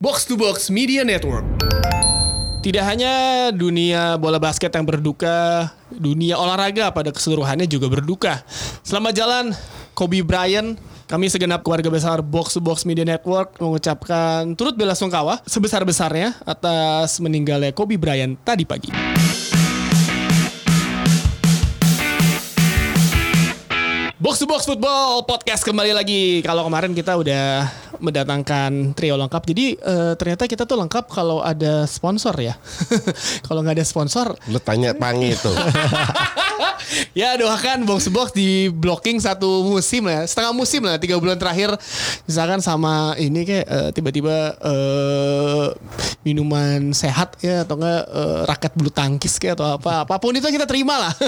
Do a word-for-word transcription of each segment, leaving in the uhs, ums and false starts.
Box to Box Media Network. Tidak hanya dunia bola basket yang berduka, dunia olahraga pada keseluruhannya juga berduka. Selamat jalan Kobe Bryant. Kami segenap keluarga besar Box to Box Media Network mengucapkan turut belasungkawa sebesar-besarnya atas meninggalnya Kobe Bryant tadi pagi. Box to Box Football Podcast kembali lagi. Kalau kemarin kita udah mendatangkan trio lengkap. Jadi uh, ternyata kita tuh lengkap kalau ada sponsor ya. Kalau nggak ada sponsor, lu tanya Pangi itu. Ya doakan Box to Box di blocking satu musim lah, setengah musim lah, tiga bulan terakhir. Misalkan sama ini kayak uh, tiba-tiba uh, minuman sehat ya, atau enggak uh, raket bulu tangkis kayak atau apa, apapun itu kita terima lah.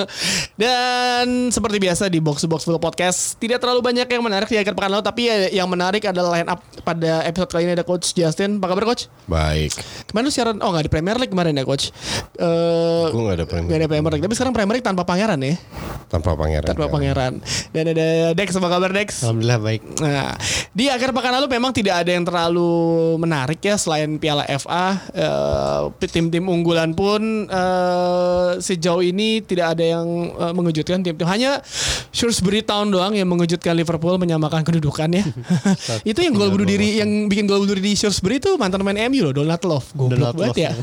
Dan seperti biasa di Box to Box Football Podcast tidak terlalu banyak yang menarik di akhir pekan lalu, tapi yang menarik adalah line up pada episode kali ini. Ada Coach Justin. Apa kabar Coach? Baik. Kemarin lu siaran, oh nggak di Premier League kemarin ya Coach? Uh, Gue nggak ada Premier League. Gak ada Premier League, tapi sekarang Premier League tanpa Pangeran ya? Tanpa Pangeran. Tanpa ya. Pangeran. Dan ada Dex. Apa kabar Dex? Alhamdulillah baik. Nah, di akhir pekan lalu memang tidak ada yang terlalu menarik ya selain Piala F A. Uh, tim-tim unggulan pun uh, sejauh ini tidak ada yang uh, mengejutkan tim-tim. Hanya Shrewsbury Town doang yang mengejutkan Liverpool menyamakan kedudukannya. Itu yang gol bunuh diri, yang bikin gol bunuh diri di Shrewsbury itu mantan main M U loh, Donald Love. Goblok banget ya.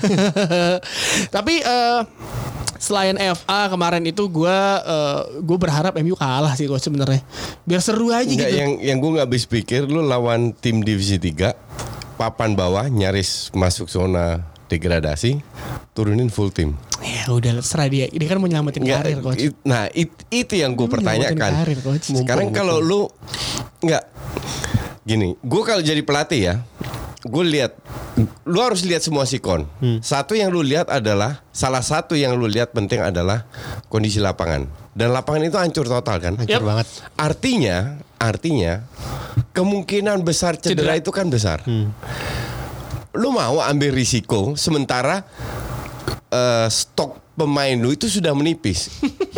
Tapi uh, selain F A kemarin itu gue uh, gue berharap M U kalah sih Coach sebenarnya. Biar seru aja Nggak, gitu. Yang yang gue nggak habis pikir, lu lawan tim divisi tiga, papan bawah nyaris masuk zona degradasi, turunin full tim. Ya udah serah dia. Dia kan mau nyelamatin Nggak, karir Coach. it, nah it, itu yang gue pertanyakan. Karir, Coach. Sekarang kalau lu nggak gini, gue kalau jadi pelatih ya, gue lihat, lu harus lihat semua sikon. Hmm. Satu yang lu lihat adalah, salah satu yang lu lihat penting adalah kondisi lapangan. Dan lapangan itu hancur total kan? Hancur Yep. banget. Artinya, artinya kemungkinan besar cedera, cedera. itu kan besar. Hmm. Lu mau ambil risiko sementara uh, stok pemain lu itu sudah menipis.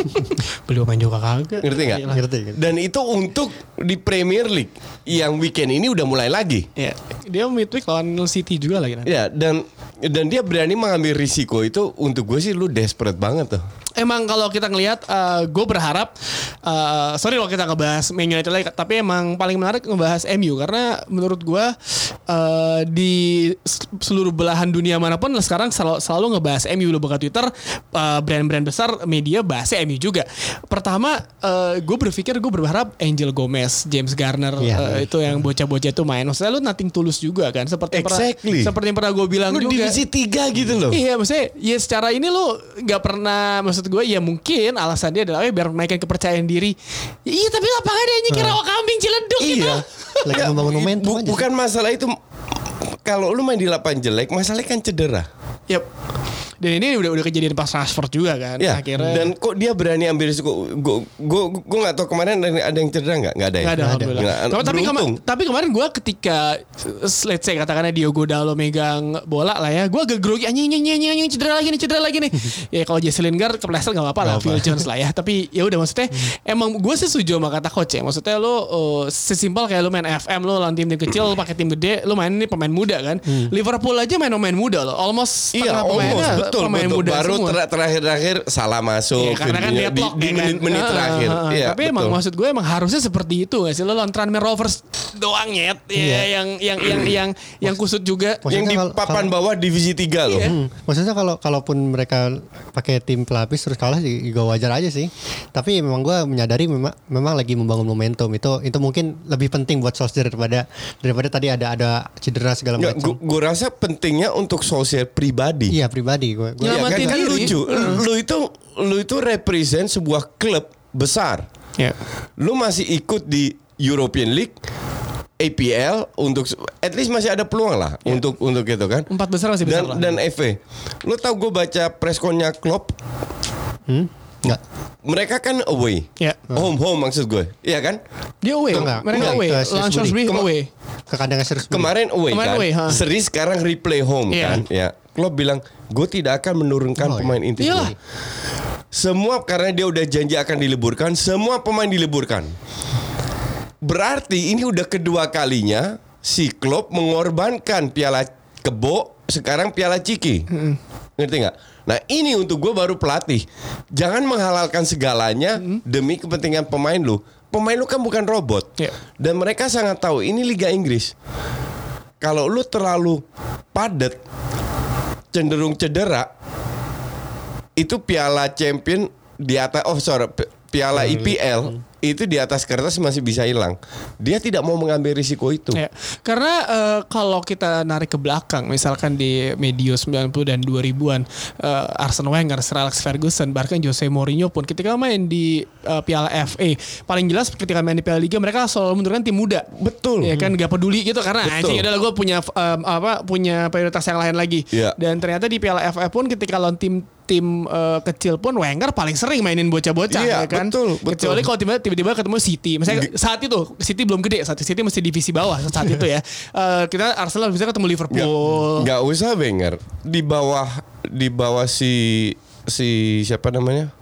Beli pemain juga kagak. Ngerti nggak? Ngerti. Dan itu untuk di Premier League yang weekend ini udah mulai lagi. Ya, dia midweek lawan City juga lagi nanti. Ya, dan dan dia berani mengambil risiko itu. Untuk gue sih lu desperate banget tuh. Emang kalau kita ngelihat, uh, gue berharap, uh, sorry kalau kita ngebahas Man United lagi, tapi emang paling menarik ngebahas M U karena menurut gue uh, di seluruh belahan dunia manapun sekarang selalu, selalu ngebahas M U. Lo buka Twitter, uh, brand-brand besar media bahas M U juga. Pertama, uh, gue berpikir gue berharap Angel Gomez, James Garner, yeah, uh, itu yang bocah-bocah itu main. Maksudnya lu nothing tulus juga kan, seperti exactly. pernah, seperti yang pernah gue bilang lu juga. divisi tiga gitu loh. Iya, maksudnya ya secara ini lu nggak pernah, maksud gue ya mungkin alasan dia adalah biar menaikkan kepercayaan diri. Ya, iya tapi lapangannya nyikir rawa kambing Ciledug gitu. Iya. Lagi membangun momentum Bu, aja. Bukan masalah itu. Kalau lu main di lapangan jelek, masalahnya kan cedera. Yep. Dan ini udah udah kejadian pas transfer juga kan ya, akhirnya. Dan kok dia berani ambil risiko? Gue gue gue nggak tahu kemarin ada yang cedera nggak? Nggak ada. Ya? Nggak ada. Alhamdulillah. Nggak, tapi kema- tapi kemarin gue ketika let's say katakannya Diogo Dalot megang bola lah ya, gue agak grogi anjing anjing anjing anjing cedera lagi nih cedera lagi nih. Ya kalau Jesse Lingard kepleset nggak apa-apa lah, Phil Jones lah ya. Tapi ya udah maksudnya emang gue sih setuju sama kata coach ya. Maksudnya lo uh, sesimpel kayak lo main F M lo lawan tim kecil pakai tim gede, lo main ini pemain muda kan. Hmm. Liverpool aja main pemain muda lo, almost iya, pemainnya betul, pemain betul. muda. Baru ter- terakhir-terakhir salah masuk ya, karena kan dia di, di menit-menit kan? terakhir. Uh, uh, ya, tapi betul. Emang maksud gue emang harusnya seperti itu gak sih? Lo lawan Tranmere Rovers doang nyet ya, iya. yang yang yang yang yang kusut juga. Maksudnya yang di kalo, papan kalo, bawah divisi tiga loh. Iya. Hmm. Maksudnya kalau kalaupun mereka pakai tim pelapis terus kalah juga wajar aja sih. Tapi memang gue menyadari memang memang lagi membangun momentum itu itu mungkin lebih penting buat Solskjaer daripada daripada tadi ada ada cedera segala macam. Gue rasa pentingnya untuk Solskjaer pribadi. Iya pribadi gue. Ya, kan, kan lucu. Uh. Lu itu lu itu represent sebuah klub besar. Yeah. Lu masih ikut di European League, A P L untuk at least masih ada peluang lah yeah. untuk untuk itu kan. Empat besar masih besar dan, lah. Dan F A. Lu tahu gue baca press-connya Klopp? Hmm? Enggak. Mereka kan away. Ya. Yeah. Home home maksud gue. Iya kan? Dia away. Enggak. Mereka Enggak. away. Lawan Shrewsbury Kema- away. Ke kandangnya Shrewsbury. Kemarin away Kemarin kan. away, huh? Seri sekarang replay home yeah. kan. Ya. Klopp bilang, gue tidak akan menurunkan oh, pemain inti. Iyalah. Semua karena dia udah janji akan diliburkan, semua pemain diliburkan. Berarti ini udah kedua kalinya si Klopp mengorbankan Piala Kebo, sekarang Piala Ciki. Mm-hmm. Ngerti nggak? Nah ini untuk gue baru pelatih. Jangan menghalalkan segalanya mm-hmm. demi kepentingan pemain lu. Pemain lu kan bukan robot. Yeah. Dan mereka sangat tahu ini Liga Inggris. Kalau lu terlalu padat, cenderung cedera, itu Piala Champion di atas, oh sorry, Piala I P L itu di atas kertas masih bisa hilang. Dia tidak mau mengambil risiko itu. Ya, karena uh, kalau kita narik ke belakang, misalkan di medio sembilan puluh dan dua ribuan, uh, Arsene Wenger, Sir Alex Ferguson, bahkan Jose Mourinho pun ketika main di uh, Piala F A, paling jelas ketika main di Piala Liga mereka selalu menurunkan tim muda. Betul. Ya kan, gak peduli gitu karena anjing adalah gue punya um, apa punya prioritas yang lain lagi. Ya. Dan ternyata di Piala F A pun ketika lawan tim tim uh, kecil pun Wenger paling sering mainin bocah-bocah, iya, ya kan. Betul, betul. Kecuali kalau tiba-tiba, tiba-tiba ketemu City. Misalnya G- saat itu City belum gede, saat City masih divisi bawah saat itu ya. Uh, kita Arsenal bisa ketemu Liverpool. Gak, gak usah Wenger. Di bawah di bawah si si siapa namanya?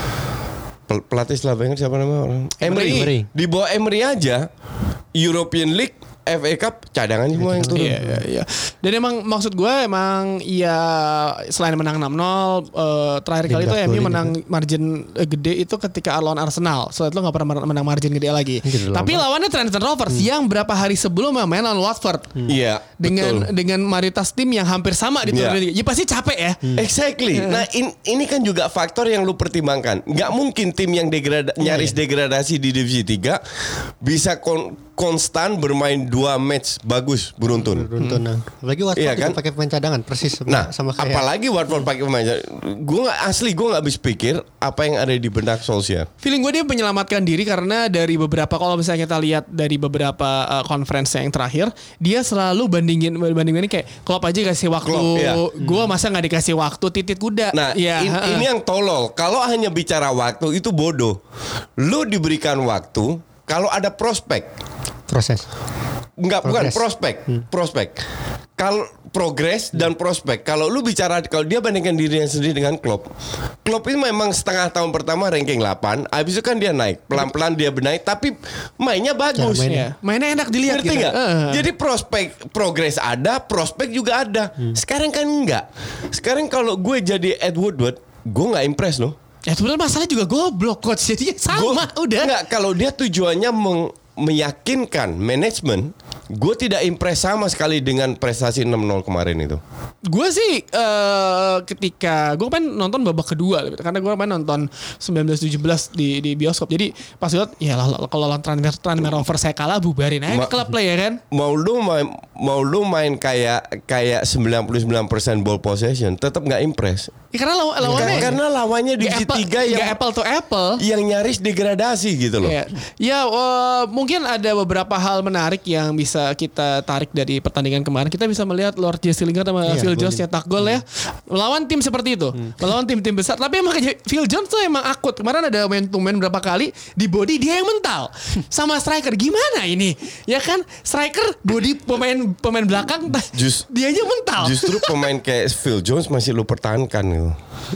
Pelatih setelah Wenger siapa namanya? Emery. Emery. Di bawah Emery aja European League, F A Cup cadangan semua yang turun. Iya, iya, iya. Dan emang maksud gue emang ya selain menang enam nol uh, terakhir kali itu M U menang juga. Margin uh, gede itu ketika lawan Arsenal. Setelah itu gak pernah menang margin gede lagi. Gitu. Tapi lawannya Trenton Rovers hmm. yang berapa hari sebelumnya main lawan Watford. Iya. Hmm. Dengan betul. dengan mayoritas tim yang hampir sama di turun yeah. Ya pasti capek ya. Hmm. Exactly. Nah in, ini kan juga faktor yang lu pertimbangkan. Gak mungkin tim yang degrada, nyaris yeah. degradasi di divisi tiga bisa kon, konstan bermain dua match bagus beruntun. Beruntun. Hmm. Apalagi Watford iya, kan? pakai pemain cadangan persis sama, nah, sama kayak. Apalagi Watford pakai pemain cadangan. Gue asli gue nggak habis pikir apa yang ada di benak Solskjaer. Feeling gue dia menyelamatkan diri karena dari beberapa, kalau misalnya kita lihat dari beberapa uh, conference yang terakhir, dia selalu bandingin bandingin kayak Klopp aja kasih waktu, Klopp, iya. gue masa nggak dikasih waktu titit kuda. Nah ya, in, uh, ini yang tolol. Kalau hanya bicara waktu itu bodoh. Lu diberikan waktu kalau ada prospek. Proses. Enggak, bukan prospek, hmm. prospek. Kalau progres dan prospek. Kalau lu bicara, kalau dia bandingkan dirinya sendiri dengan Klopp. Klopp itu memang setengah tahun pertama ranking delapan, habis itu kan dia naik, pelan-pelan dia benaik, tapi mainnya bagus. Ya, mainnya. mainnya enak dilihat. Ngerti gitu. uh. Jadi prospek, progres ada, prospek juga ada. Hmm. Sekarang kan enggak. Sekarang kalau gue jadi Ed Woodward, gue nggak impress loh. Ya sebenarnya masalah juga goblok coach, jadi sama gua, udah. Enggak, kalau dia tujuannya meng meyakinkan manajemen, gue tidak impress sama sekali dengan prestasi enam nol kemarin itu. Gue sih uh, ketika gue kan nonton babak kedua karena gue main nonton sembilan belas tujuh belas di di bioskop. Jadi pas lihat ya lah kalau lawan Tranmere Rovers saya kalah bubarin aja Ma- klub lah ya kan. Mau lu main mau lu main kayak kayak sembilan puluh sembilan persen ball possession tetap enggak impress. Ya, karena law- lawannya karena lawannya di divisi tiga yang apple to apple yang nyaris degradasi gitu loh. Ya, ya uh, mungkin ada beberapa hal menarik yang bisa kita tarik dari pertandingan kemarin. Kita bisa melihat Lord Jesse Lingard sama iya, Phil Jones cetak gol hmm. ya. Melawan tim seperti itu. Hmm. Melawan tim-tim besar. Tapi emang Phil Jones tuh emang akut. Kemarin ada main to main berapa kali. Di body dia yang mental. Sama striker. Gimana ini? Ya kan striker body pemain pemain belakang. Just, dia aja mental. Justru pemain kayak Phil Jones masih lu pertahankan gitu.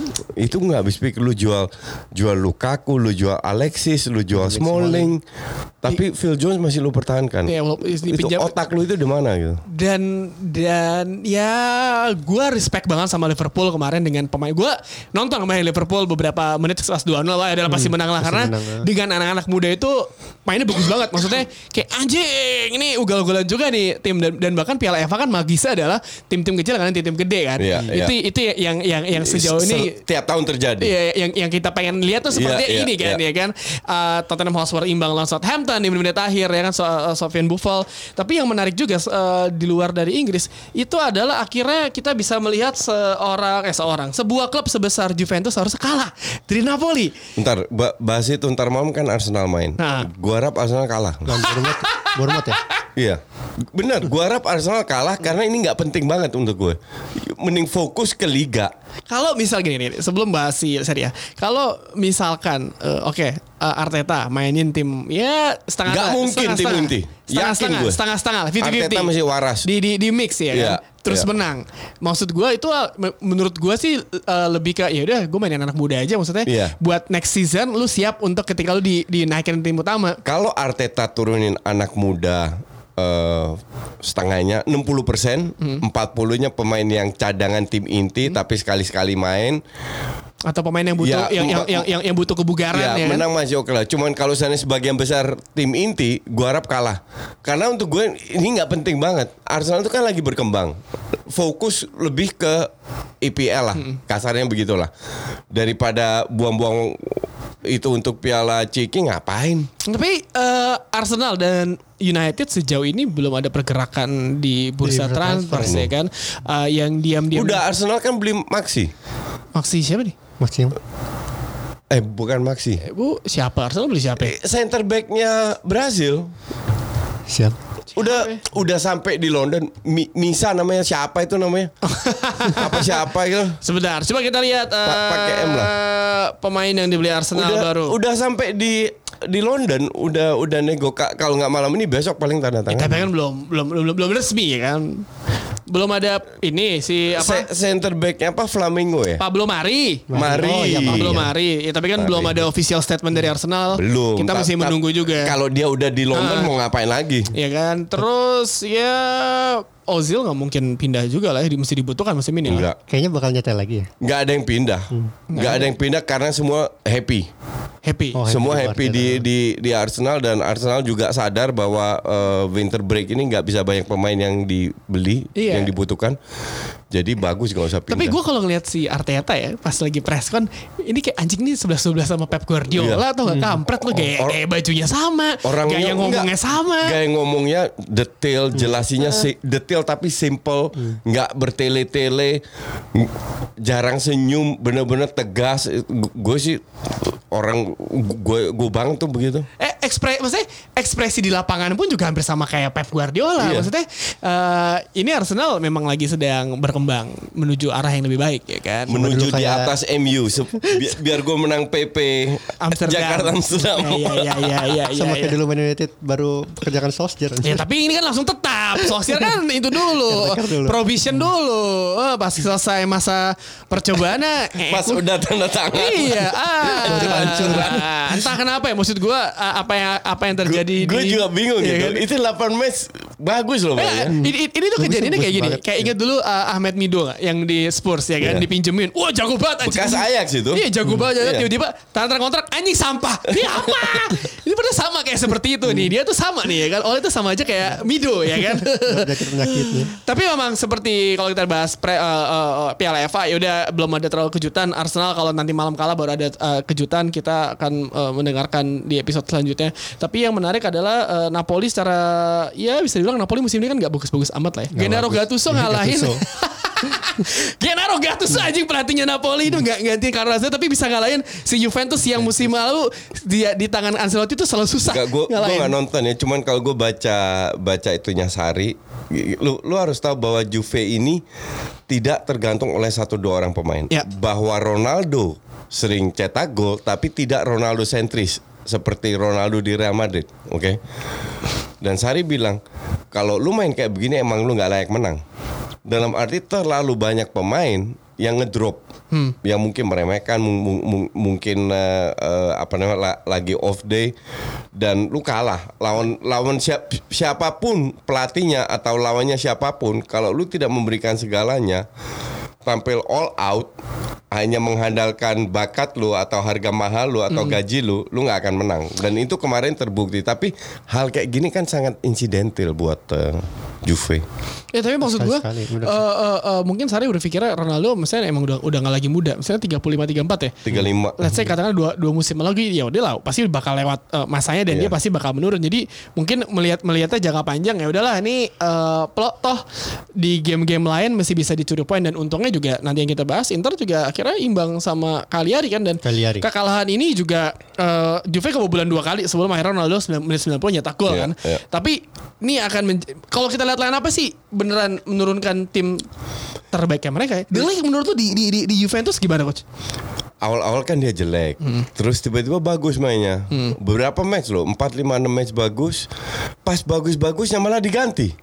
Itu gak habis pikir. Lu jual jual Lukaku, lu jual Alexis, lu jual Alex Smalling. Tapi Phil Jones masih lu pertahankan. Ya, itu pinjam, otak lu itu di mana gitu. Dan dan ya gue respect banget sama Liverpool kemarin dengan pemain. Gue nonton main Liverpool beberapa menit setelah dua nol lah adalah pasti hmm, menang lah karena menang, ya. Dengan anak-anak muda itu mainnya bagus banget. Maksudnya kayak anjing ini ugal-ugalan juga nih tim dan, dan bahkan Piala F A kan magisa adalah tim-tim kecil kan tim-tim gede kan. Ya, itu ya. Itu yang yang yang sejauh ini tiap tahun terjadi. Iya, yang yang kita pengen lihat tuh seperti ya, ini ya, kan ya, ya kan. Uh, Tottenham Hotspur imbang lawan Southampton di menit akhir ya kan so, uh, Sofiane Buffon. Tapi yang menarik juga uh, di luar dari Inggris itu adalah akhirnya kita bisa melihat seorang eh seorang sebuah klub sebesar Juventus harus kalah dari Napoli. Ntar bahas itu ntar malam kan Arsenal main. Nah. Gua harap Arsenal kalah. Bournemouth, Bournemouth ya. Iya, benar. Gua harap Arsenal kalah karena ini nggak penting banget untuk gue. Mending fokus ke liga. Kalau misal gini nih, sebelum bahas si seri ya. Kalau misalkan, uh, oke, okay, uh, Arteta mainin tim ya setengah. Gak mungkin tim inti. Yakin gue. Setengah-setengah, lima puluh lima puluh. Arteta masih waras. Di di di mix ya yeah, kan. Terus yeah. menang. Maksud gue itu menurut gue sih uh, lebih ke ya udah gue mainin anak muda aja maksudnya. Yeah. Buat next season lu siap untuk ketika lu di dinaikin tim utama. Kalau Arteta turunin anak muda uh, setengahnya enam puluh persen, hmm. empat puluh-nya pemain yang cadangan tim inti hmm. tapi sekali-sekali main. Atau pemain yang butuh ya, yang, yang, yang yang yang butuh kebugaran ya, ya. Menang masih oke lah. Cuman kalau sana sebagian besar tim inti, gua harap kalah. Karena untuk gue ini nggak penting banget. Arsenal itu kan lagi berkembang. Fokus lebih ke I P L lah, hmm. kasarnya begitulah. Daripada buang-buang itu untuk Piala Ciki ngapain? Tapi uh, Arsenal dan United sejauh ini belum ada pergerakan di bursa di transfer, transfer ya kan? Uh, yang diam-diam. Udah Arsenal kan beli Maxi. Maxi siapa nih? Maxi. Eh bukan Maxi. Eh, bu siapa? Arsenal beli siapa? Eh, center back-nya Brazil. Siap. Udah siapa? Udah sampai di London. Mi, Misa namanya siapa itu namanya? Apa siapa gitu? Sebentar, coba kita lihat uh, pa- pakai M lah. Pemain yang dibeli Arsenal udah, baru. Udah sampai di di London, udah udah nego. Kalau nggak malam ini besok paling tanda tangan. Ya, tapi kan belum belum belum belum resmi ya kan. Belum ada ini si apa? Se- center back-nya apa Flamingo ya? Pablo Mari. Mari. Oh, ya, Pablo Mari. Ya, tapi kan Mari. Belum ada official statement dari Arsenal. Belum. Kita masih ta- menunggu juga. Kalau dia udah di London ah. mau ngapain lagi? Ya kan. Terus ya Ozil nggak mungkin pindah juga lah. Mesti dibutuhkan musim ini. Enggak. Kayaknya bakal nyetel lagi ya. Nggak ada yang pindah. Hmm. Nggak ada yang pindah karena semua happy. Happy. Oh, semua happy, happy di, di di Arsenal, dan Arsenal juga sadar bahwa uh, winter break ini nggak bisa banyak pemain yang dibeli, iya. yang dibutuhkan. Jadi bagus nggak usah pindah. Tapi gue kalau ngeliat si Arteta ya pas lagi press con, ini kayak anjing nih sebelah sebelah sama Pep Guardiola iya. atau nggak hmm. kampret lo gaya or, eh, bajunya sama, orangnya gaya ngomongnya enggak, sama, gaya ngomongnya detail, jelasinya hmm. si, detail tapi simple, nggak hmm. bertele-tele, jarang senyum, bener-bener tegas. Gue sih orang gue gue bang tuh begitu. Eh ekspres, maksudnya ekspresi di lapangan pun juga hampir sama kayak Pep Guardiola. Iya. Maksudnya uh, ini Arsenal memang lagi sedang berkembang menuju arah yang lebih baik ya kan. Menuju di kayak... atas M U biar, biar gue menang P P Amsterdam. Jakarta Amsterdam. Iya iya iya iya. Sama ya, kayak ya. dulu Man United baru pekerjakan Solskjaer. Ya tapi ini kan langsung tetap. Solskjaer kan itu dulu. dulu. Provision dulu. Oh, pas selesai masa percobaan eh, pas udah tanda tangan. Iya. Ah, ah, entah kenapa ya, maksud gue apa yang apa yang terjadi. Gue juga bingung iya, gitu. kan? Itu delapan match bagus loh. Eh, ini, ini tuh kejadiannya kayak gini. Kayak ingat dulu uh, Ahmed Mido gak? Yang di Spurs ya kan, yeah. dipinjemin. Wah jago banget anjing. Bekas Ajax itu. Iya jago hmm. banget. Yeah. Tiba-tiba tanda kontrak anjing sampah. Ini apa? Ini pada sama kayak seperti itu nih. Dia tuh sama nih ya kan. Oleh itu sama aja kayak Mido ya kan. Penyakit-penyakitnya. Tapi memang seperti kalau kita bahas pre, uh, uh, Piala F A ya udah belum ada terlalu kejutan. Arsenal kalau nanti malam kalah baru ada uh, kejutan, kita akan uh, mendengarkan di episode selanjutnya. Tapi yang menarik adalah uh, Napoli secara ya bisa dibilang Napoli musim ini kan gak bagus-bagus amat lah ya. Gennaro Gattuso ngalahin. Gennaro Gattuso anjing pelatihnya Napoli itu gak gantiin Carlos, tapi bisa ngalahin si Juventus yang musim lalu di, di tangan Ancelotti itu selalu susah. Gue gak nonton ya, cuman kalau gue baca baca itunya Sari, lu lu harus tahu bahwa Juve ini tidak tergantung oleh satu dua orang pemain. Ya. Bahwa Ronaldo sering cetak gol, tapi tidak Ronaldo sentris seperti Ronaldo di Real Madrid, oke? Okay? Dan Sari bilang, kalau lu main kayak begini emang lu nggak layak menang. Dalam arti terlalu banyak pemain yang ngedrop, hmm. yang mungkin meremehkan, m- m- mungkin uh, uh, apa namanya la- lagi off day, dan lu kalah lawan lawan siap, siapapun pelatihnya atau lawannya siapapun, kalau lu tidak memberikan segalanya, tampil all out, hanya mengandalkan bakat lu atau harga mahal lu atau mm. gaji lu, lu nggak akan menang. Dan itu kemarin terbukti. Tapi hal kayak gini kan sangat insidental buat uh, Juve. Ya tapi maksud gue, uh, uh, uh, mungkin Sari berpikirnya Ronaldo misalnya emang udah udah nggak lagi muda, misalnya tiga puluh lima tiga puluh empat ya. tiga puluh lima. Let's say katakan dua dua musim lagi, ya udah lah, pasti bakal lewat uh, masanya dan yeah. dia pasti bakal menurun. Jadi mungkin melihat melihatnya jangka panjang, ya udahlah ini uh, plot toh di game-game lain masih bisa dicuri poin, dan untungnya juga nanti yang kita bahas Inter juga akhirnya imbang sama Cagliari kan, dan Cagliari. Kekalahan ini juga uh, Juve kebobolan dua kali sebelum akhirnya Ronaldo menit sembilan puluh nyetak gol yeah, kan. Yeah. Tapi ini akan men- kalau kita lihat lain apa sih beneran menurunkan tim terbaiknya mereka ya. De Ligt menurut tuh di, di di di Juventus gimana coach? Awal-awal kan dia jelek, hmm. terus tiba-tiba bagus mainnya. Hmm. Beberapa match loh, empat lima enam match bagus. Pas bagus-bagusnya malah diganti.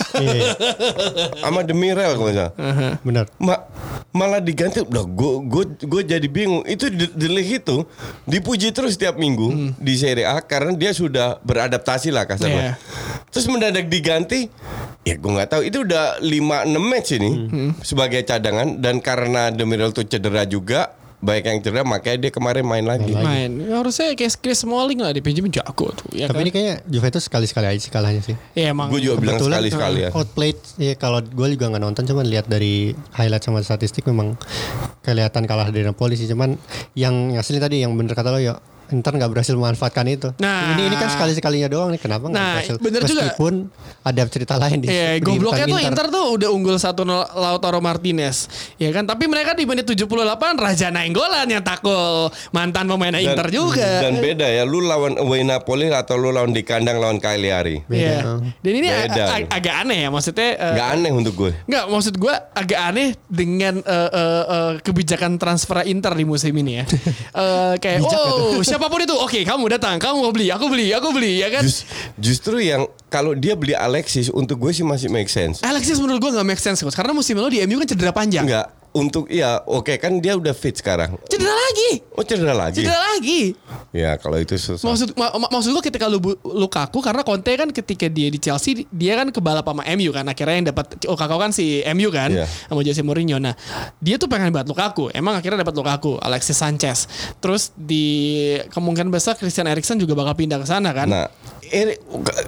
sama Demirel kalau nggak salah. Uh-huh. Benar. Ma- malah diganti. Udah gue gue gue jadi bingung. Itu De De Ligt itu dipuji terus setiap minggu hmm. di Serie A karena dia sudah beradaptasi lah kasarnya. Yeah. Terus mendadak diganti. Ya gue nggak tahu. Itu udah lima enam match ini hmm. sebagai cadangan dan karena Demirel tuh cedera juga. Baik yang cedera makanya dia kemarin main lagi. Main. Ya, harusnya kayak Chris Smalling lah dipinjemin jago tuh. Ya Tapi kan? ini kayaknya Juventus sekali-sekali aja sih kalahnya sih. Iya emang. Gue juga bilang sekali-sekali ya. Outplayed. Ya kalau gue juga nggak nonton, cuman lihat dari highlight sama statistik memang kelihatan kalah dari Napoli sih. Cuman yang asli tadi yang bener kata lo ya. Inter nggak berhasil memanfaatkan itu. Nah, ini ini kan sekali sekalinya doang nih. Kenapa nggak nah, berhasil? Bener Meskipun juga. Ada cerita lain di. Iya, gobloknya tuh Inter. Inter tuh udah unggul satu nol Lautaro Martinez, ya kan? Tapi mereka di menit tujuh puluh delapan Raja Nainggolan yang takul mantan pemain dan, Inter juga. Dan beda ya, lu lawan away Napoli atau lu lawan di kandang lawan Cagliari. Iya. Dan ini beda, ag- agak aneh ya, maksudnya. Uh, Gak aneh untuk gue. Nggak, maksud gue agak aneh dengan uh, uh, uh, kebijakan transfer Inter di musim ini ya. uh, kayak, oh siapapun itu, oke. Okay, kamu datang, kamu mau beli, aku beli, aku beli, ya kan? Just, justru yang kalau dia beli Alexis untuk gue sih masih make sense. Alexis menurut gue nggak make sense Coach, karena musim lalu di M U kan cedera panjang. Enggak, untuk iya, oke okay, kan dia udah fit sekarang. Cedera lagi. Oh cedera lagi. Cedera lagi. Ya kalau itu susah. Maksud mak- maksud gue ketika Lukaku karena Conte kan ketika dia di Chelsea dia kan kebalap sama M U kan, akhirnya yang dapat Lukaku kan si M U kan, yeah. sama Jose Mourinho. Nah dia tuh pengen banget Lukaku, emang akhirnya dapat Lukaku, Alexis Sanchez. Terus di kemungkinan besar Christian Eriksen juga bakal pindah ke sana kan. Nah ini,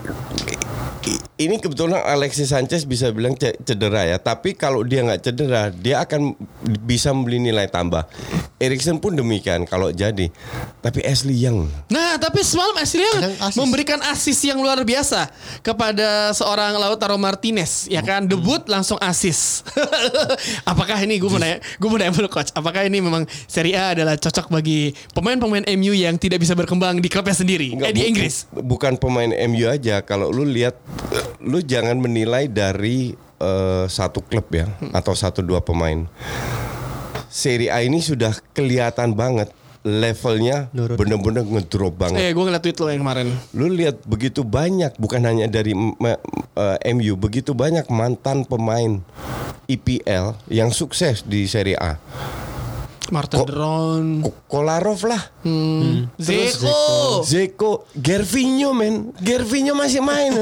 ini kebetulan Alexis Sanchez bisa bilang cedera ya, tapi kalau dia nggak cedera dia akan bisa membeli nilai tambah. Eriksen pun demikian kalau jadi. Tapi Ashley Young. Nah, tapi semalam Ashley Young memberikan assist yang luar biasa kepada seorang Lautaro Martinez, ya kan? Debut langsung assist. Apakah ini gue mau nanya, gue mau nanya dulu coach, apakah ini memang Serie A adalah cocok bagi pemain-pemain M U yang tidak bisa berkembang di klubnya sendiri? Enggak, eh di Inggris. Bu, bukan pemain M U aja, kalau lu lihat lu jangan menilai dari uh, satu klub ya atau satu dua pemain. Serie A ini sudah kelihatan banget levelnya bener-bener ngedrop banget. Eh, gue ngeliat tweet lo yang kemarin. Lu lihat begitu banyak, bukan hanya dari uh, M U, begitu banyak mantan pemain I P L yang sukses di Serie A. Martin Deron, Kolarov lah, hmm. Zeko, Zeko, Gervinho men, Gervinho masih main.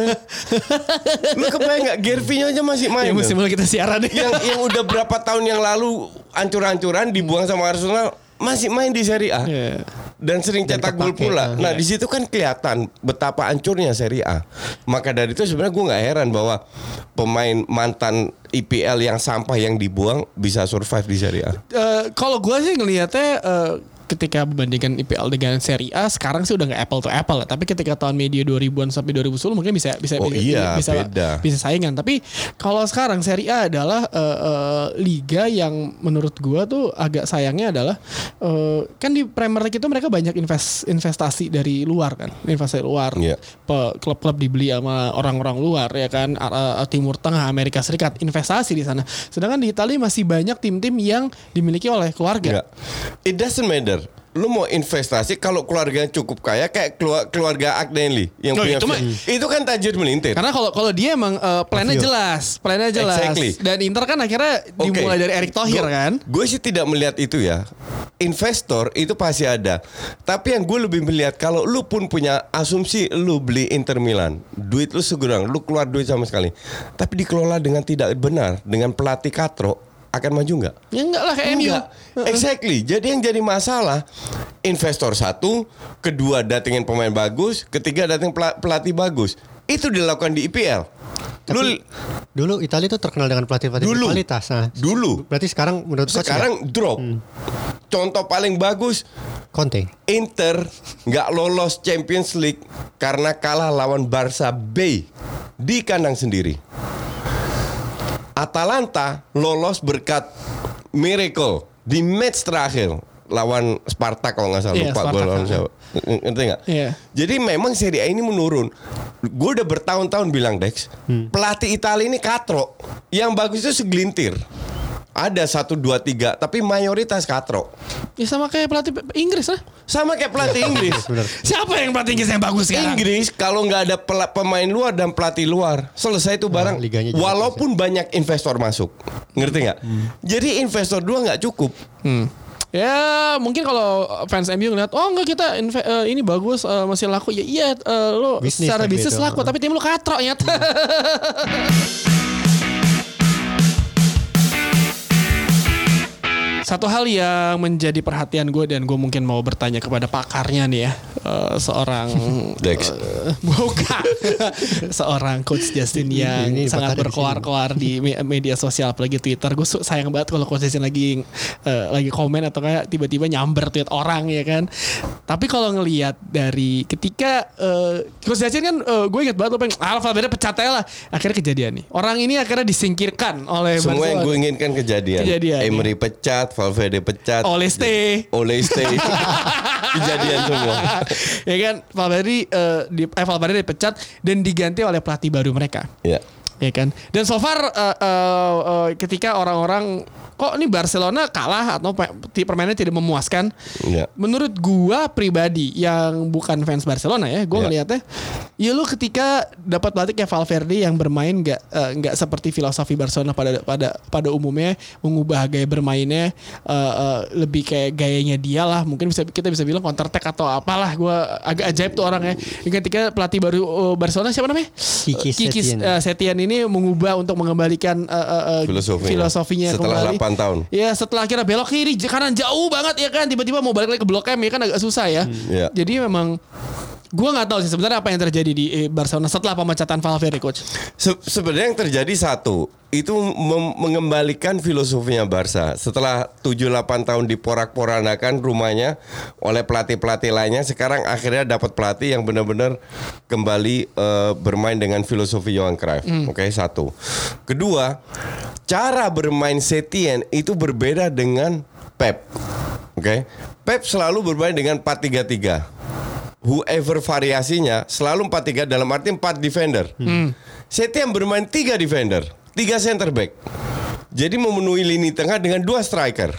Lu kebayang nggak Gervinho aja masih main? Ya musim lalu kita siaran deh. Yang yang udah berapa tahun yang lalu ancur-ancuran dibuang sama Arsenal masih main di Serie A. Yeah. Dan sering cetak gol pula. Nah, yeah. Di situ kan kelihatan betapa hancurnya Serie A. Maka dari itu sebenarnya gue nggak heran bahwa pemain mantan I P L yang sampah yang dibuang bisa survive di Serie A. Uh, kalau gue sih ngelihatnya uh, ketika membandingkan I P L dengan Serie A sekarang sih udah nggak apple to apple. Tapi ketika tahun media dua ribuan sampai dua ribu sepuluh mungkin bisa bisa oh, bisa, iya, bisa, bisa saingan. Tapi kalau sekarang Serie A adalah uh, uh, liga yang menurut gua tuh agak sayangnya adalah uh, kan di Premier League itu mereka banyak invest, investasi dari luar kan, investasi luar. Yeah. Klub-klub dibeli sama orang-orang luar ya kan, uh, Timur Tengah, Amerika Serikat, investasi di sana. Sedangkan di Italia masih banyak tim-tim yang dimiliki oleh keluarga. Yeah. It doesn't matter. Lu mau investasi kalau keluarganya cukup kaya kayak keluarga Agnelli yang oh, punya itu, mah, itu kan tajir melintir. Karena kalau kalau dia emang uh, plannya jelas, plannya jelas. Exactly. Dan Inter kan akhirnya okay. dimulai dari Erick Thohir gua, kan. Gue sih tidak melihat itu ya. Investor itu pasti ada. Tapi yang gue lebih melihat kalau lu pun punya asumsi lu beli Inter Milan, duit lu segurang, lu keluar duit sama sekali. Tapi dikelola dengan tidak benar, dengan pelatih katro, akan maju nggak? Ya enggak lah kayak M U. Exactly. Jadi yang jadi masalah investor satu, kedua datengin pemain bagus, ketiga datengin pelatih bagus. Itu dilakukan di I P L. Tapi dulu, dulu Italia itu terkenal dengan pelatih-pelatih kualitas. Nah, dulu. Berarti sekarang menurut coach sekarang ya? Drop. Hmm. Contoh paling bagus Conte. Inter nggak lolos Champions League karena kalah lawan Barca B di kandang sendiri. Atalanta lolos berkat miracle di match terakhir lawan Spartak kalau nggak salah, yeah, lupa gue lawan siapa, ngerti nggak? Yeah. Jadi memang Serie A ini menurun. Gue udah bertahun-tahun bilang Dex, hmm. pelatih Italia ini katro. Yang bagus itu segelintir. Ada satu dua tiga, tapi mayoritas katro. Ya sama kayak pelatih Inggris lah. Sama kayak pelatih Inggris. Siapa yang pelatih Inggris yang bagus sekarang? Inggris kalau nggak ada pel- pemain luar dan pelatih luar, selesai itu barang. liganya juga Walaupun banyak investor masuk, ngerti nggak? Hmm. Jadi investor dua nggak cukup. Hmm. Ya mungkin kalau fans M U ngeliat, oh enggak kita inve- uh, ini bagus uh, masih laku ya iya uh, lo Bisnis secara tapi bisnis itu. laku tapi tim lo katrok nyata. Satu hal yang menjadi perhatian gue dan gue mungkin mau bertanya kepada pakarnya nih ya, uh, seorang Dex. uh, bukan seorang Coach Justin yang Ini sangat pakarnya di berkoar-koar di me- media sosial apalagi Twitter. Gue su- sayang banget kalau Coach Justin lagi uh, lagi komen atau kayak tiba-tiba nyamber tweet orang ya kan. Tapi kalau ngelihat dari ketika uh, Coach Justin kan uh, gue ingat banget lo pengen ah, Valverde pecat aja lah. Akhirnya kejadian nih. Orang ini akhirnya disingkirkan oleh Semua yang gue Barcelona. inginkan kejadian. Kejadian, Emery pecat, Valverde pecat, Oleh stay. Oleh stay. Kejadian semua. Ya kan Valverde uh, di eh, Valverde dipecat dan diganti oleh pelatih baru mereka. Ya. Ya kan. Dan so far uh, uh, uh, ketika orang-orang kok ini Barcelona kalah atau pe- permainannya tidak memuaskan. Ya. Menurut gua pribadi yang bukan fans Barcelona ya, gua Ya. ngelihatnya ya lu ketika dapat pelatih kayak Valverde yang bermain nggak uh, nggak seperti filosofi Barcelona pada pada pada umumnya, mengubah gaya bermainnya uh, uh, lebih kayak gayanya dia lah, mungkin bisa kita bisa bilang counter attack atau apalah. Gua agak ajaib tuh orang ya. Ketika pelatih baru uh, Barcelona siapa namanya? Kiki Setien. uh, Setien ini mengubah untuk mengembalikan uh, uh, uh, Filosofinya. filosofinya Setelah kembali. delapan tahun. Ya setelah akhirnya belok kiri kanan jauh banget ya kan, tiba-tiba mau balik lagi ke Blok M ya kan agak susah ya. Hmm, ya. Jadi memang gue nggak tahu sih sebenarnya apa yang terjadi di eh, Barcelona setelah pemecatan Valverde, Coach. Se- sebenarnya yang terjadi satu itu mem- mengembalikan filosofinya Barca setelah tujuh delapan tahun diporak-porandakan rumahnya oleh pelatih-pelatih lainnya. Sekarang akhirnya dapat pelatih yang benar-benar kembali uh, bermain dengan filosofi Johan Cruyff. Hmm. Oke, okay, satu. Kedua, cara bermain Setien itu berbeda dengan Pep. Oke, okay? Pep selalu bermain dengan empat tiga tiga. Whoever variasinya selalu empat tiga dalam arti empat defender. Hmm. Setien bermain tiga defender, tiga center back. Jadi memenuhi lini tengah dengan dua striker.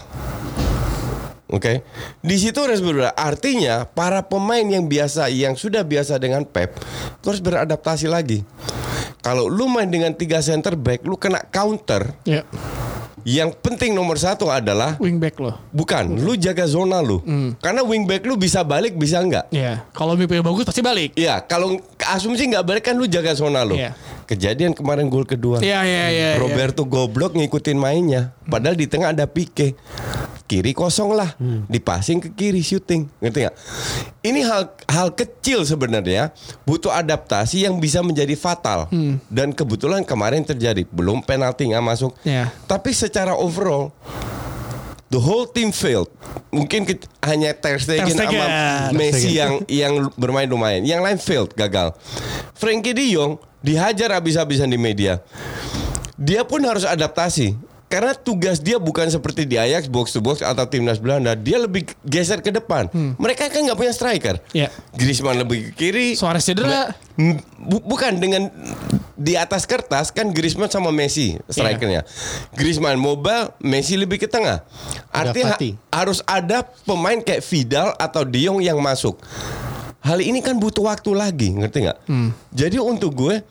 Oke. Okay? Di situ harus berbeda. Artinya para pemain yang biasa yang sudah biasa dengan Pep terus beradaptasi lagi. Kalau lu main dengan tiga center back, lu kena counter. Ya. Yang penting nomor satu adalah Wingback loh. bukan, lu jaga zona lu. Hmm. Karena wingback lu bisa balik bisa enggak. Ya. Kalau mimpinya bagus pasti balik. Iya, kalau asumsi nggak balik kan lu jaga zona lu. Iya. Kejadian kemarin gol kedua. Iya iya iya. Roberto goblok ngikutin mainnya. Padahal di tengah ada Pique. Kiri kosong lah, hmm. dipasing ke kiri shooting, ngerti nggak? Ini hal hal kecil sebenarnya, butuh adaptasi yang bisa menjadi fatal. Hmm. Dan kebetulan kemarin terjadi, belum penalti nggak masuk. Yeah. Tapi secara overall, the whole team failed. Mungkin ke, hanya Ter Stegen sama Messi yang yang bermain lumayan. Yang lain failed, gagal. Frenkie de Jong dihajar habis-habisan di media. Dia pun harus adaptasi. Karena tugas dia bukan seperti di Ajax box to box atau timnas Belanda, dia lebih geser ke depan. Hmm. Mereka kan nggak punya striker. Yeah. Griezmann lebih ke kiri. Suarez cedera. Bu- bukan dengan di atas kertas kan Griezmann sama Messi strikernya. Yeah. Griezmann mobile, Messi lebih ke tengah. Artinya ha- harus ada pemain kayak Vidal atau De Jong yang masuk. Hal ini kan butuh waktu lagi, ngerti nggak? Hmm. Jadi untuk gue,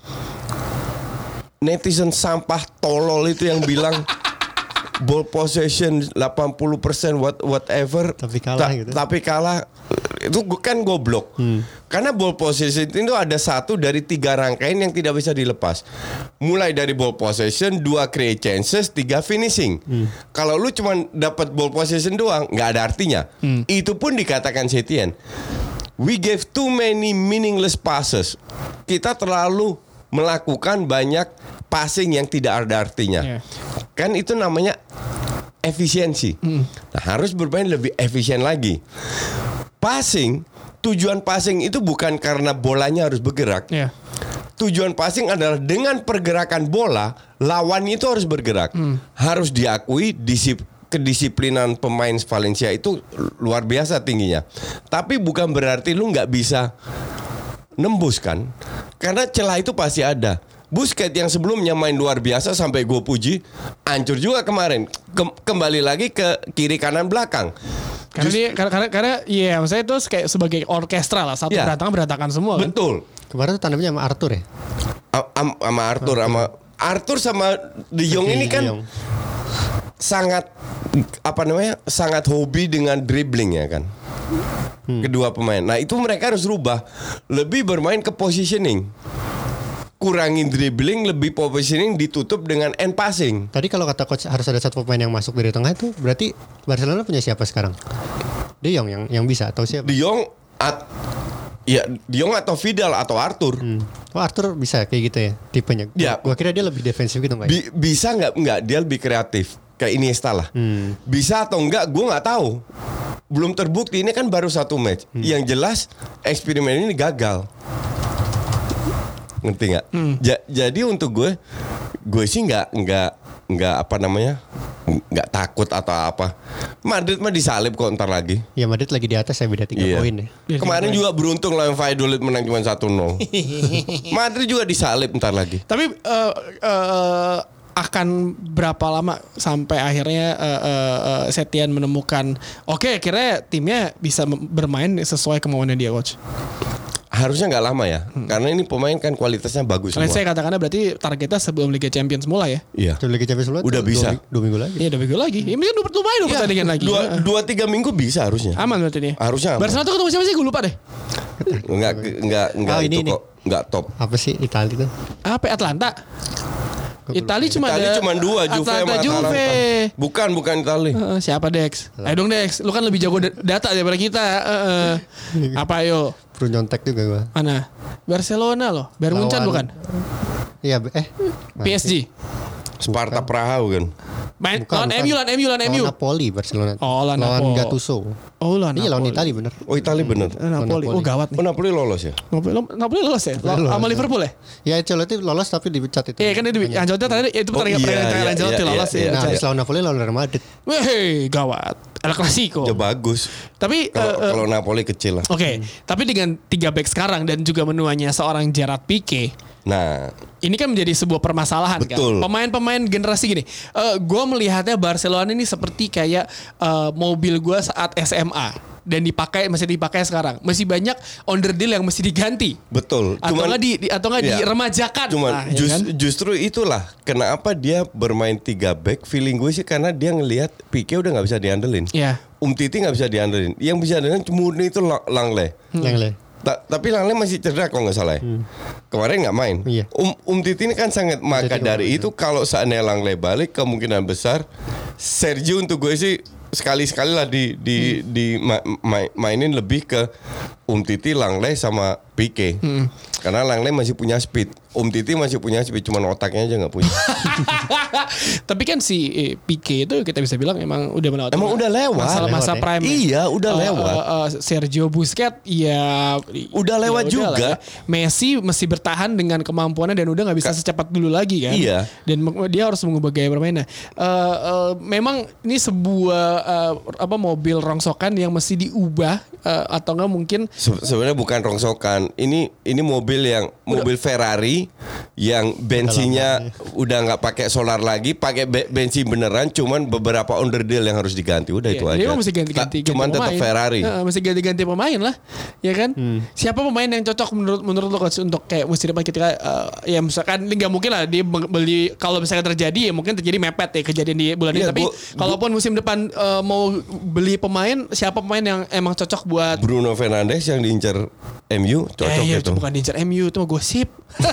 netizen sampah tolol itu yang bilang ball possession delapan puluh persen what whatever tapi kalah ta- gitu. Tapi kalah itu kan goblok. Hmm. Karena ball possession itu ada satu dari tiga rangkaian yang tidak bisa dilepas. Mulai dari ball possession, dua create chances, tiga finishing. Hmm. Kalau lu cuma dapat ball possession doang, nggak ada artinya. Hmm. Itu pun dikatakan Setien. We gave too many meaningless passes. Kita terlalu melakukan banyak passing yang tidak ada artinya. Yeah. Kan itu namanya efisiensi. Mm. Nah, harus bermain lebih efisien lagi. Passing, tujuan passing itu bukan karena bolanya harus bergerak. Yeah. Tujuan passing adalah dengan pergerakan bola, lawan itu harus bergerak. Mm. Harus diakui disip kedisiplinan pemain Valencia itu luar biasa tingginya. Tapi bukan berarti lu nggak bisa nembus kan? Karena celah itu pasti ada. Busquets yang sebelumnya main luar biasa sampai gue puji, hancur juga kemarin. Kem- kembali lagi ke kiri kanan belakang. Karena dia karena karena, karena iya maksudnya itu kayak sebagai orkestra lah, satu Ya. berantakan berantakan semua kan. Betul. Kemarin tuh tandemnya sama Arthur ya. A- am- sama Arthur sama Arthur sama De Jong ini kan De Jong. sangat apa namanya sangat hobi dengan dribbling ya kan. Hmm. Kedua pemain. Nah itu mereka harus rubah, lebih bermain ke positioning, kurangin dribbling, lebih positioning, ditutup dengan end passing. Tadi kalau kata coach harus ada satu pemain yang masuk dari tengah itu berarti Barcelona punya siapa sekarang? De Jong yang yang bisa atau siapa? De Jong at ya De Jong atau Vidal atau Arthur. Hmm. Oh Arthur bisa kayak gitu ya tipenya. Ya. Gua kira dia lebih defensif gitu nggak? Ya? Bi- bisa nggak nggak dia lebih kreatif kayak Iniesta lah. Hmm. Bisa atau enggak gue nggak tahu. Belum terbukti, ini kan baru satu match. Hmm. Yang jelas eksperimen ini gagal. Ngerti nggak? Hmm. Ja- jadi untuk gue, gue sih nggak nggak nggak apa namanya nggak takut atau apa. Madrid mah disalib kok ntar lagi. Ya Madrid lagi di atas saya beda tiga Iya. poin ya. Kemarin juga beruntung lawan Valladolid menang cuma satu nol. Madrid juga disalib ntar lagi. Tapi eh, eh, akan berapa lama sampai akhirnya uh, uh, uh, Setien menemukan oke okay, akhirnya timnya bisa bermain sesuai kemauannya dia coach. Harusnya nggak lama ya, hmm. karena ini pemain kan kualitasnya bagus Kalian semua. saya katakannya berarti targetnya sebelum Liga Champions mulai ya. Iya. Sebelum Liga Champions mulai Udah dua, bisa. Dua, dua minggu lagi. Iya dua minggu lagi. Ini kan lumayan dua pertandingan lagi. Dua, dua tiga minggu bisa harusnya. Aman berarti nih. Harusnya aman. Barcelona tuh ketemu siapa sih? Gue lupa deh. Enggak enggak enggak Oh, itu ini, ini. kok enggak top. Apa sih Italia itu? Apa Atlanta? Itali cuma Itali ada cuma dua, Juve Atlanta sama Juve. Atalanta. Bukan bukan Itali. Uh, siapa Dex? Ayo dong Dex, lu kan lebih jago da- data daripada kita. Uh, uh. Apa ayo? Perlu nyontek juga gua. Mana? Barcelona loh. Bayern Munchen Lawan- bukan? Iya eh P S G. Sparta Praha bukan. Main Bukan, lawan bukan. M U, lawan M U, lawan M U. Lawan Napoli Barcelona. Oh, lawan lawan Napoli. Gattuso. Oh, lawan Iya lawan Napoli. Italia bener. Oh Itali bener. Eh, Napoli. Napoli. Oh, gawat nih. Oh Napoli lolos ya. Napoli, Napoli lolos ya? Napoli lolos. Sama Liverpool ya? Ya Ancelotti lolos tapi dipecat itu. Iya kan dia di Ancelotti tadi itu Oh, pertandingan iya, pertandingan iya, Ancelotti iya, lolos iya, ya. Nah, iya. habis lawan Napoli lawan Real Madrid. Weh, gawat. El Clasico. Ya bagus. Tapi Kalau eh, eh, kalau Napoli kecil lah. Oke, tapi dengan tiga back sekarang dan juga menuanya seorang Gerard Pique, Nah, ini kan menjadi sebuah permasalahan Betul. kan. Pemain-pemain generasi gini, uh, gue melihatnya Barcelona ini seperti kayak uh, mobil gue saat S M A dan dipakai masih dipakai sekarang, masih banyak onderdil yang mesti diganti. betul. Atau nggak di, di atau nggak Iya. diremajakan. Cuman Nah, ya jus- kan? justru itulah kenapa dia bermain tiga back. Feeling gue sih karena dia ngelihat Pique udah nggak bisa diandelin. Iya. Um Titi nggak bisa diandelin. Yang bisa diandelin murni itu Lang- Langley. Yang le. Ta- tapi Langley masih cedera kalau nggak salah ya. Kemarin nggak main. Iya. Um, um Titi ini kan sangat maka Titi dari kemarin, itu kalau seandainya Langley balik kemungkinan besar Sergio untuk gue sih sekali-sekali lah di di di ma- ma- mainin lebih ke Um Titi, Langley sama Pique. Karena Langley masih punya speed. Um Titi masih punya speed, cuman otaknya aja nggak punya. Tapi kan si eh, Pique itu kita bisa bilang emang udah melewati Emang udah lewat. masa-masa Lewat ya. prime. Iya, udah Uh, lewat. uh, uh, Sergio Busquets ya Udah lewat ya juga. lah ya. Messi mesti bertahan dengan kemampuannya dan udah nggak bisa secepat dulu lagi kan. Iya. Dan me- dia harus mengubah gaya bermainnya. Uh, uh, memang ini sebuah uh, apa mobil rongsokan yang mesti diubah uh, atau enggak mungkin Se- Sebenarnya bukan rongsokan. Ini ini mobil yang mobil Ferrari yang bensinnya udah nggak pakai solar lagi, pakai be- bensin beneran. Cuman beberapa onderdil yang harus diganti. Udah itu Iya, aja. dia mesti ganti-ganti Ta- Cuman ganti tetap pemain. Ferrari. Heeh, mesti ganti-ganti pemain lah, ya kan? Siapa pemain yang cocok menurut menurut lo coach untuk kayak musim depan ketika uh, ya misalkan ini nggak mungkin lah dia beli kalau misalnya terjadi ya mungkin terjadi mepet ya kejadian di bulan ini. Iya, Tapi gua- kalaupun musim depan uh, mau beli pemain, siapa pemain yang emang cocok buat Bruno Fernandes yang diincar M U cocok eh, iya, gitu. itu bukan diincar M U itu mah gosip.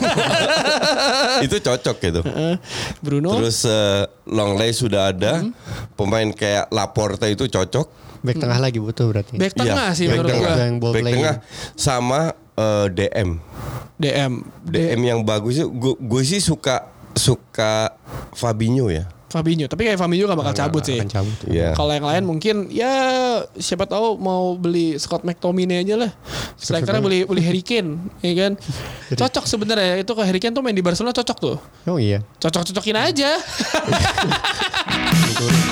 Itu cocok gitu. Heeh. Bruno. Terus eh, Longley sudah ada. Pemain kayak Laporte itu cocok. Back tengah lagi butuh berarti. back tengah sih back menurut tengah. gua. Yang ball Back playing. tengah sama eh, D M. D M. D M yang bagus itu gue sih suka suka Fabinho ya. Fabinho, tapi kayak Fabinho gak bakal cabut sih. Akan cabut. Iya. Kalau yang lain mungkin ya siapa tahu mau beli Scott McTominay aja lah. Strikernya beli beli Harry Kane, ya kan? Cocok sebenarnya itu ke Harry Kane tuh main di Barcelona cocok tuh. Oh iya. Cocok-cocokin aja. Betul.